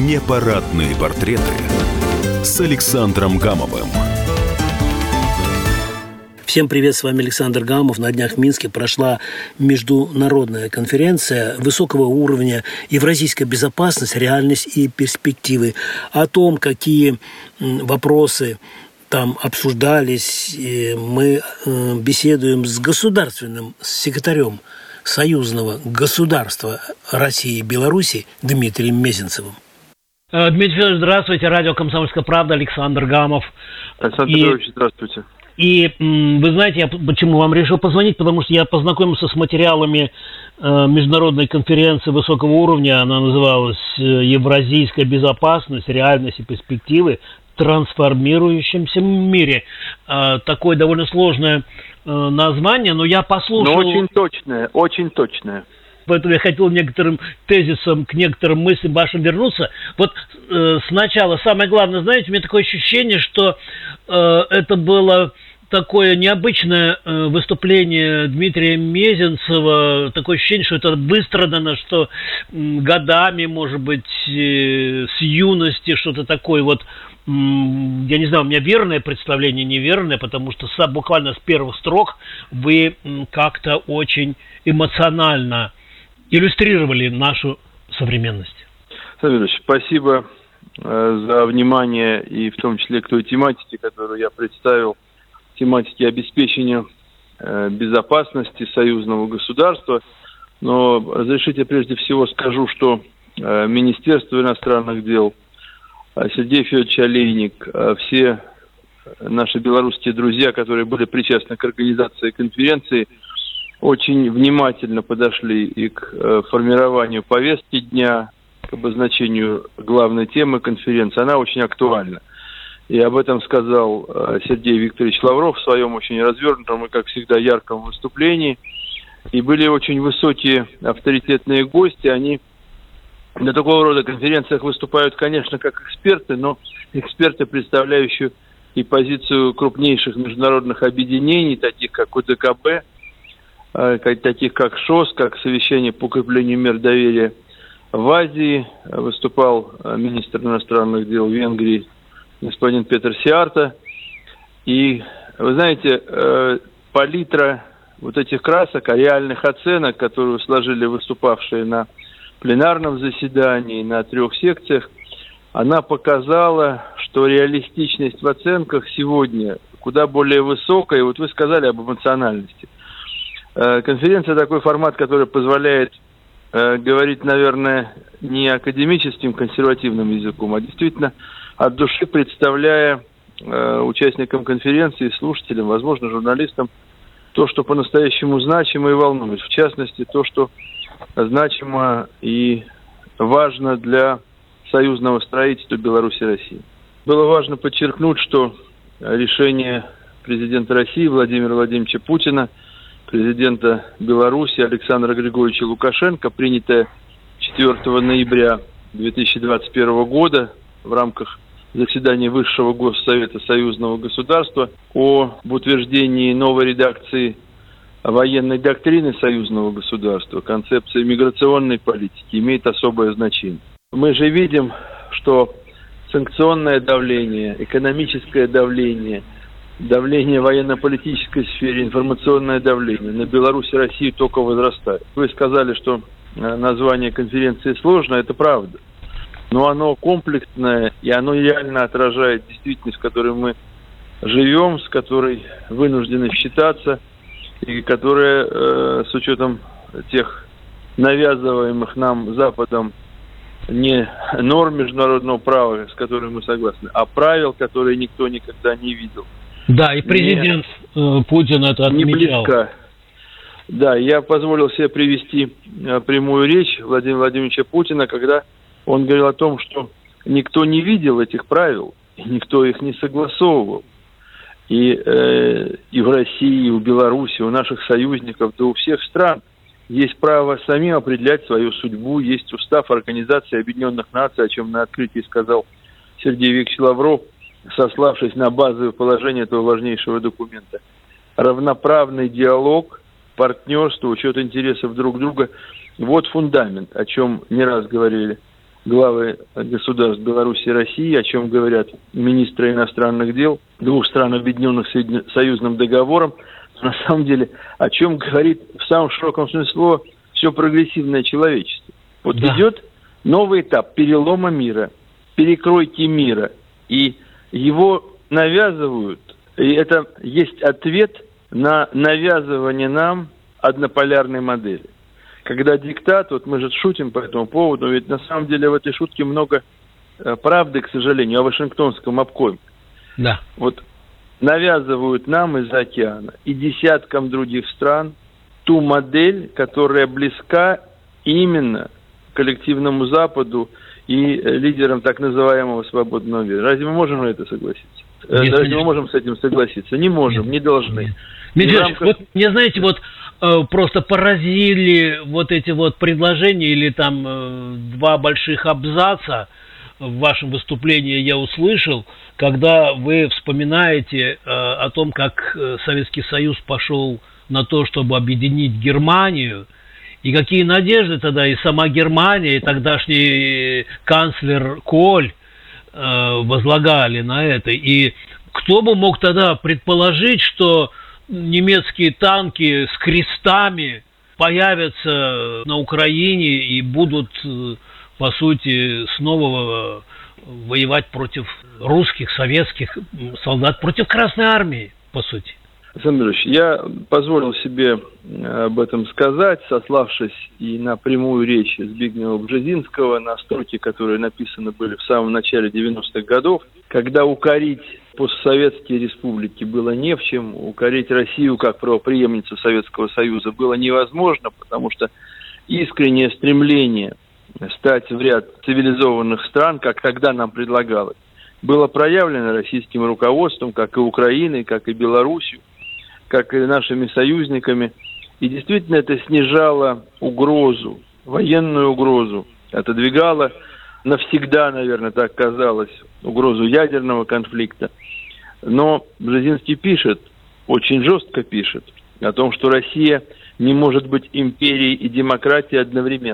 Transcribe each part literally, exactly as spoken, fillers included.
Непарадные портреты с Александром Гамовым. Всем привет, с вами Александр Гамов. На днях в Минске прошла международная конференция высокого уровня «Евразийская безопасность, реальность и перспективы». О том, какие вопросы там обсуждались, мы беседуем с государственным секретарем союзного государства России и Беларуси Дмитрием Мезенцевым. Дмитрий Федорович, здравствуйте. Радио «Комсомольская правда», Александр Гамов. Александр Федорович, и... здравствуйте. И вы знаете, я почему вам решил позвонить, потому что я познакомился с материалами э, международной конференции высокого уровня. Она называлась «Евразийская безопасность, реальность и перспективы в трансформирующемся мире». Э, такое довольно сложное э, название, но я послушал... Но очень точное, очень точное. Поэтому я хотел некоторым тезисам, к некоторым мыслям вашим вернуться. Вот э, сначала, самое главное, знаете, у меня такое ощущение, что э, это было такое необычное э, выступление Дмитрия Мезенцева, такое ощущение, что это выстрадано, что э, годами, может быть, э, с юности, что-то такое вот, э, я не знаю, у меня верное представление, неверное, потому что с, буквально с первых строк вы э, как-то очень эмоционально иллюстрировали нашу современность. Александр Ильич, спасибо э, за внимание и в том числе к той тематике, которую я представил, тематике обеспечения э, безопасности союзного государства. Но разрешите прежде всего скажу, что э, Министерство иностранных дел, э, Сергей Федорович Олейник, э, все наши белорусские друзья, которые были причастны к организации конференции, очень внимательно подошли и к э, формированию повестки дня, к обозначению главной темы конференции. Она очень актуальна. И об этом сказал э, Сергей Викторович Лавров в своем очень развернутом и, как всегда, ярком выступлении. И были очень высокие авторитетные гости. Они на такого рода конференциях выступают, конечно, как эксперты, но эксперты, представляющие и позицию крупнейших международных объединений, таких как ОДКБ, таких как ШОС, как Совещание по укреплению мер доверия в Азии. Выступал министр иностранных дел Венгрии господин Петер Сиарто. И, вы знаете, палитра вот этих красок, реальных оценок, которые сложили выступавшие на пленарном заседании, на трех секциях, она показала, что реалистичность в оценках сегодня куда более высокая. И вот вы сказали об эмоциональности. Конференция такой формат, который позволяет э, говорить, наверное, не академическим консервативным языком, а действительно от души представляя э, участникам конференции, слушателям, возможно, журналистам, то, что по-настоящему значимо и волнует. В частности, то, что значимо и важно для союзного строительства Беларуси и России. Было важно подчеркнуть, что решение президента России Владимира Владимировича Путина, президента Беларуси Александра Григорьевича Лукашенко, принятое четвёртого ноября две тысячи двадцать первого года в рамках заседания Высшего Госсовета Союзного государства об утверждении новой редакции военной доктрины Союзного государства, концепции миграционной политики, имеет особое значение. Мы же видим, что санкционное давление, экономическое давление, давление в военно-политической сфере, информационное давление на Беларусь и Россию только возрастает. Вы сказали, что название конференции сложно, это правда. Но оно комплексное, и оно реально отражает действительность, в которой мы живем, с которой вынуждены считаться, и которая э, с учетом тех навязываемых нам Западом не норм международного права, с которыми мы согласны, а правил, которые никто никогда не видел. Да, и президент не, Путин это отмечал. Не близко. Да, я позволил себе привести прямую речь Владимира Владимировича Путина, когда он говорил о том, что никто не видел этих правил, никто их не согласовывал. И, э, и в России, и в Беларуси, у наших союзников, да у всех стран есть право самим определять свою судьбу, есть устав Организации Объединенных Наций, о чем на открытии сказал Сергей Викторович Лавров, сославшись на базовое положение этого важнейшего документа. Равноправный диалог, партнерство, учет интересов друг друга – вот фундамент, о чем не раз говорили главы государств Беларуси и России, о чем говорят министры иностранных дел двух стран, объединенных союзным договором. На самом деле, о чем говорит в самом широком смысле слова все прогрессивное человечество. Вот да. Идет новый этап перелома мира, перекройки мира, и его навязывают, и это есть ответ на навязывание нам однополярной модели. Когда диктат, вот мы же шутим по этому поводу, ведь на самом деле в этой шутке много э, правды, к сожалению, о Вашингтонском обкоме. Да. Вот навязывают нам из-за океана и десяткам других стран ту модель, которая близка именно коллективному Западу и лидерам так называемого свободного мира. Разве мы можем на это согласиться? Нет, Разве мы можем с этим согласиться? Не можем, нет, не должны. Дмитрий рамках... вот мне, знаете, вот э, просто поразили вот эти вот предложения или там э, два больших абзаца в вашем выступлении я услышал, когда вы вспоминаете э, о том, как Советский Союз пошел на то, чтобы объединить Германию, и какие надежды тогда и сама Германия, и тогдашний канцлер Коль э, возлагали на это. И кто бы мог тогда предположить, что немецкие танки с крестами появятся на Украине и будут, по сути, снова воевать против русских, советских солдат, против Красной Армии, по сути. Александр Ильич, я позволил себе об этом сказать, сославшись и на прямую речь Збигнева Бжезинского, на строки, которые написаны были в самом начале девяностых годов, когда укорить постсоветские республики было не в чем, укорить Россию как правопреемницу Советского Союза было невозможно, потому что искреннее стремление стать в ряд цивилизованных стран, как тогда нам предлагалось, было проявлено российским руководством, как и Украиной, как и Белоруссией, как и нашими союзниками. И действительно это снижало угрозу, военную угрозу, отодвигало навсегда, наверное, так казалось, угрозу ядерного конфликта. Но Бжезинский пишет, очень жестко пишет, о том, что Россия не может быть империей и демократией одновременно.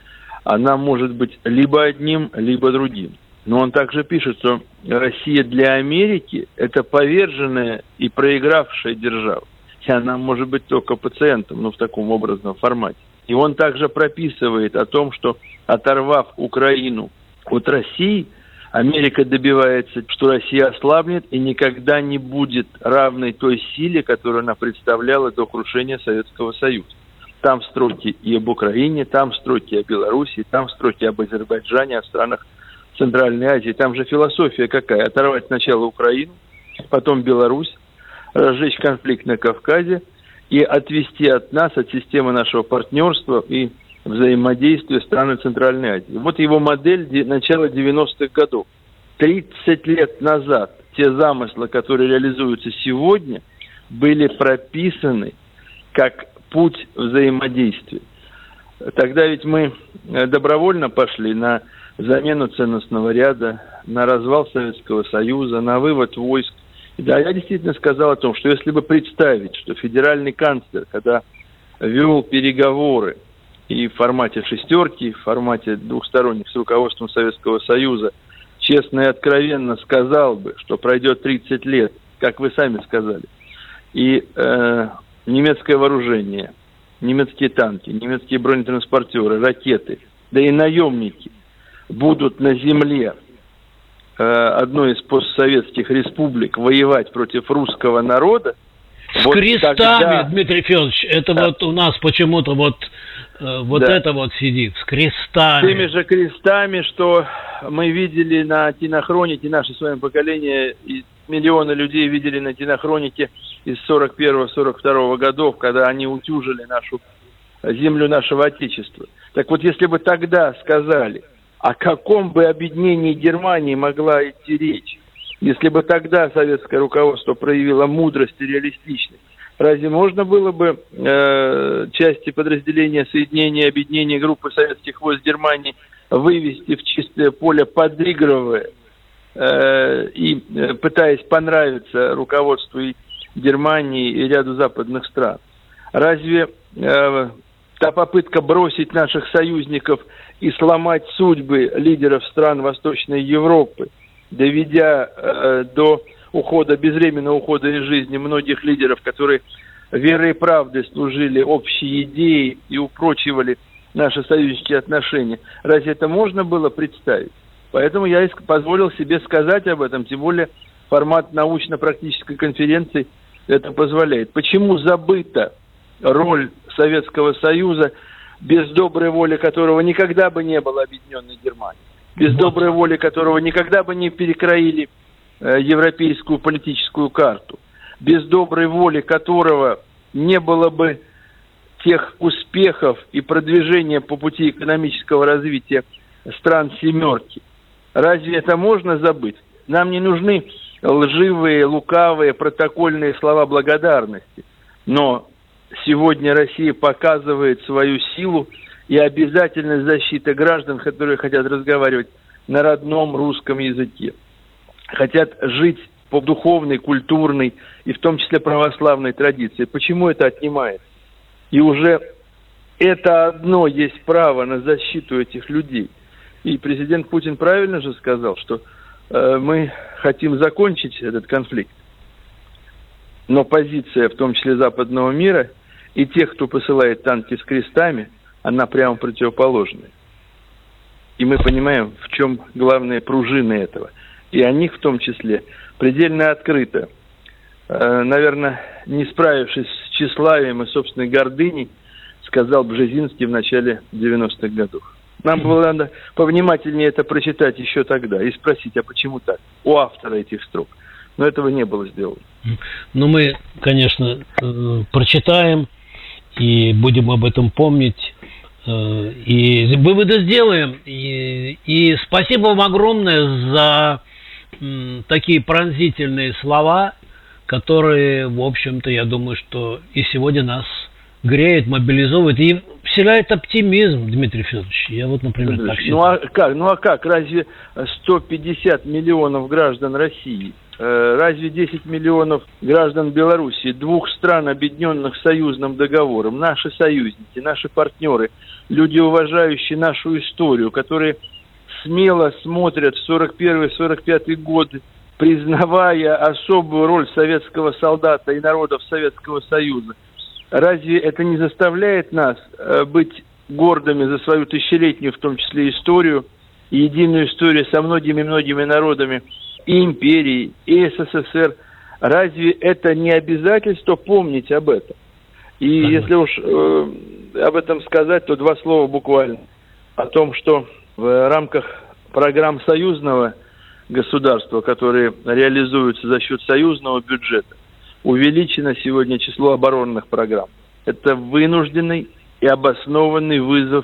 Она может быть либо одним, либо другим. Но он также пишет, что Россия для Америки – это поверженная и проигравшая держава. И она может быть только пациентом, но в таком образном формате. И он также прописывает о том, что, оторвав Украину от России, Америка добивается, что Россия ослабнет и никогда не будет равной той силе, которую она представляла до крушения Советского Союза. Там строки и об Украине, там строки о Белоруссии, там строки об Азербайджане, о странах Центральной Азии. Там же философия какая? Оторвать сначала Украину, потом Беларусь, разжечь конфликт на Кавказе и отвести от нас, от системы нашего партнерства и взаимодействия страны Центральной Азии. Вот его модель начала девяностых годов. тридцать лет назад те замыслы, которые реализуются сегодня, были прописаны как путь взаимодействия. Тогда ведь мы добровольно пошли на замену ценностного ряда, на развал Советского Союза, на вывод войск. И да, я действительно сказал о том, что если бы представить, что федеральный канцлер, когда вел переговоры и в формате шестерки, в формате двухсторонних с руководством Советского Союза, честно и откровенно сказал бы, что пройдет тридцать лет, как вы сами сказали, и э, немецкое вооружение, немецкие танки, немецкие бронетранспортеры, ракеты, да и наемники будут на земле э, одной из постсоветских республик воевать против русского народа. С вот крестами, тогда... Дмитрий Федорович, это да. Вот у нас почему-то вот, э, вот да. это вот сидит, с крестами. С теми же крестами, что мы видели на кинохронике, наше с вами поколение, и миллионы людей видели на кинохронике из сорок первого — сорок второго годов, когда они утюжили нашу землю нашего Отечества. Так вот, если бы тогда сказали, о каком бы объединении Германии могла идти речь, если бы тогда советское руководство проявило мудрость и реалистичность, разве можно было бы э, части подразделения соединения и объединения группы советских войск Германии вывести в чистое поле, подыгрывая э, и э, пытаясь понравиться руководству и Германии и ряду западных стран? Разве э, та попытка бросить наших союзников и сломать судьбы лидеров стран Восточной Европы, доведя э, до ухода, безвременного ухода из жизни многих лидеров, которые верой и правдой служили общей идее и упрочивали наши союзнические отношения. Разве это можно было представить? Поэтому я и позволил себе сказать об этом, тем более формат научно-практической конференции это позволяет. Почему забыта роль Советского Союза, без доброй воли которого никогда бы не было объединенной Германии, без доброй воли которого никогда бы не перекроили э, европейскую политическую карту, без доброй воли которого не было бы тех успехов и продвижения по пути экономического развития стран «семерки». Разве это можно забыть? Нам не нужны лживые, лукавые, протокольные слова благодарности. Но сегодня Россия показывает свою силу и обязательность защиты граждан, которые хотят разговаривать на родном русском языке. Хотят жить по духовной, культурной и в том числе православной традиции. Почему это отнимает? И уже это одно есть право на защиту этих людей. И президент Путин правильно же сказал, что э, мы хотим закончить этот конфликт. Но позиция, в том числе западного мира, и тех, кто посылает танки с крестами, она прямо противоположная. И мы понимаем, в чем главные пружины этого. И о них в том числе предельно открыто. Э, наверное, не справившись с тщеславием и собственной гордыней, сказал Бжезинский в начале девяностых годов. Нам было надо повнимательнее это прочитать еще тогда и спросить, а почему так, у автора этих строк. Но этого не было сделано. Ну, мы, конечно, прочитаем и будем об этом помнить, и выводы сделаем. И, и спасибо вам огромное за такие пронзительные слова, которые, в общем-то, я думаю, что и сегодня нас греет, мобилизовывает и вселяет оптимизм, Дмитрий Федорович. Я вот, например, Дмитрий, так считаю. Ну а как? Ну а как? Разве сто пятьдесят миллионов граждан России, разве десять миллионов граждан Белоруссии, двух стран, объединенных союзным договором, наши союзники, наши партнеры, люди, уважающие нашу историю, которые смело смотрят в сорок первый — сорок пятый годы, признавая особую роль советского солдата и народов Советского Союза, разве это не заставляет нас э, быть гордыми за свою тысячелетнюю, в том числе, историю, и единую историю со многими-многими народами и империи, и СССР? Разве это не обязательство помнить об этом? И ага. если уж э, об этом сказать, то два слова буквально. О том, что в рамках программ союзного государства, которые реализуются за счет союзного бюджета, увеличено сегодня число оборонных программ. Это вынужденный и обоснованный вызов,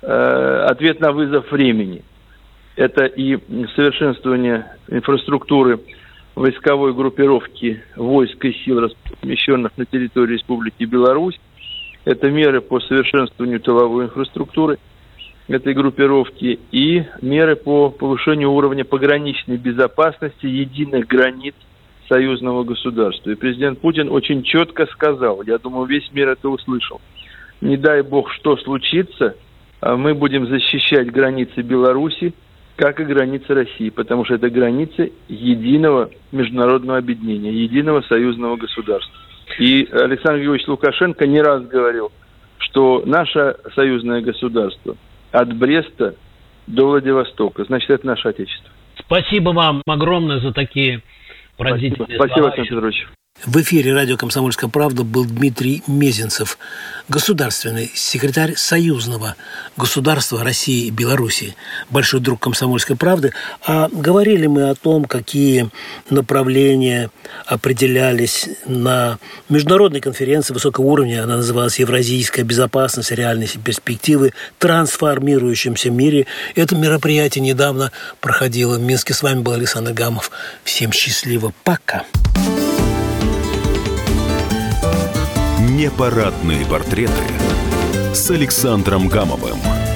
э, ответ на вызов времени. Это и совершенствование инфраструктуры войсковой группировки войск и сил, размещенных на территории Республики Беларусь. Это меры по совершенствованию тыловой инфраструктуры этой группировки и меры по повышению уровня пограничной безопасности единых границ союзного государства. И президент Путин очень четко сказал, я думаю, весь мир это услышал, не дай бог что случится, мы будем защищать границы Беларуси, как и границы России, потому что это границы единого международного объединения, единого союзного государства. И Александр Григорьевич Лукашенко не раз говорил, что наше союзное государство от Бреста до Владивостока, значит, это наше Отечество. Спасибо вам огромное за такие пронзительные слова. Спасибо, Александр Петрович. В эфире радио «Комсомольская правда» был Дмитрий Мезенцев, государственный секретарь союзного государства России и Белоруссии, большой друг «Комсомольской правды». А говорили мы о том, какие направления определялись на международной конференции высокого уровня. Она называлась «Евразийская безопасность, реальность и перспективы в трансформирующемся мире». Это мероприятие недавно проходило в Минске. С вами был Александр Гамов. Всем счастливо. Пока. Непарадные портреты с Александром Гамовым.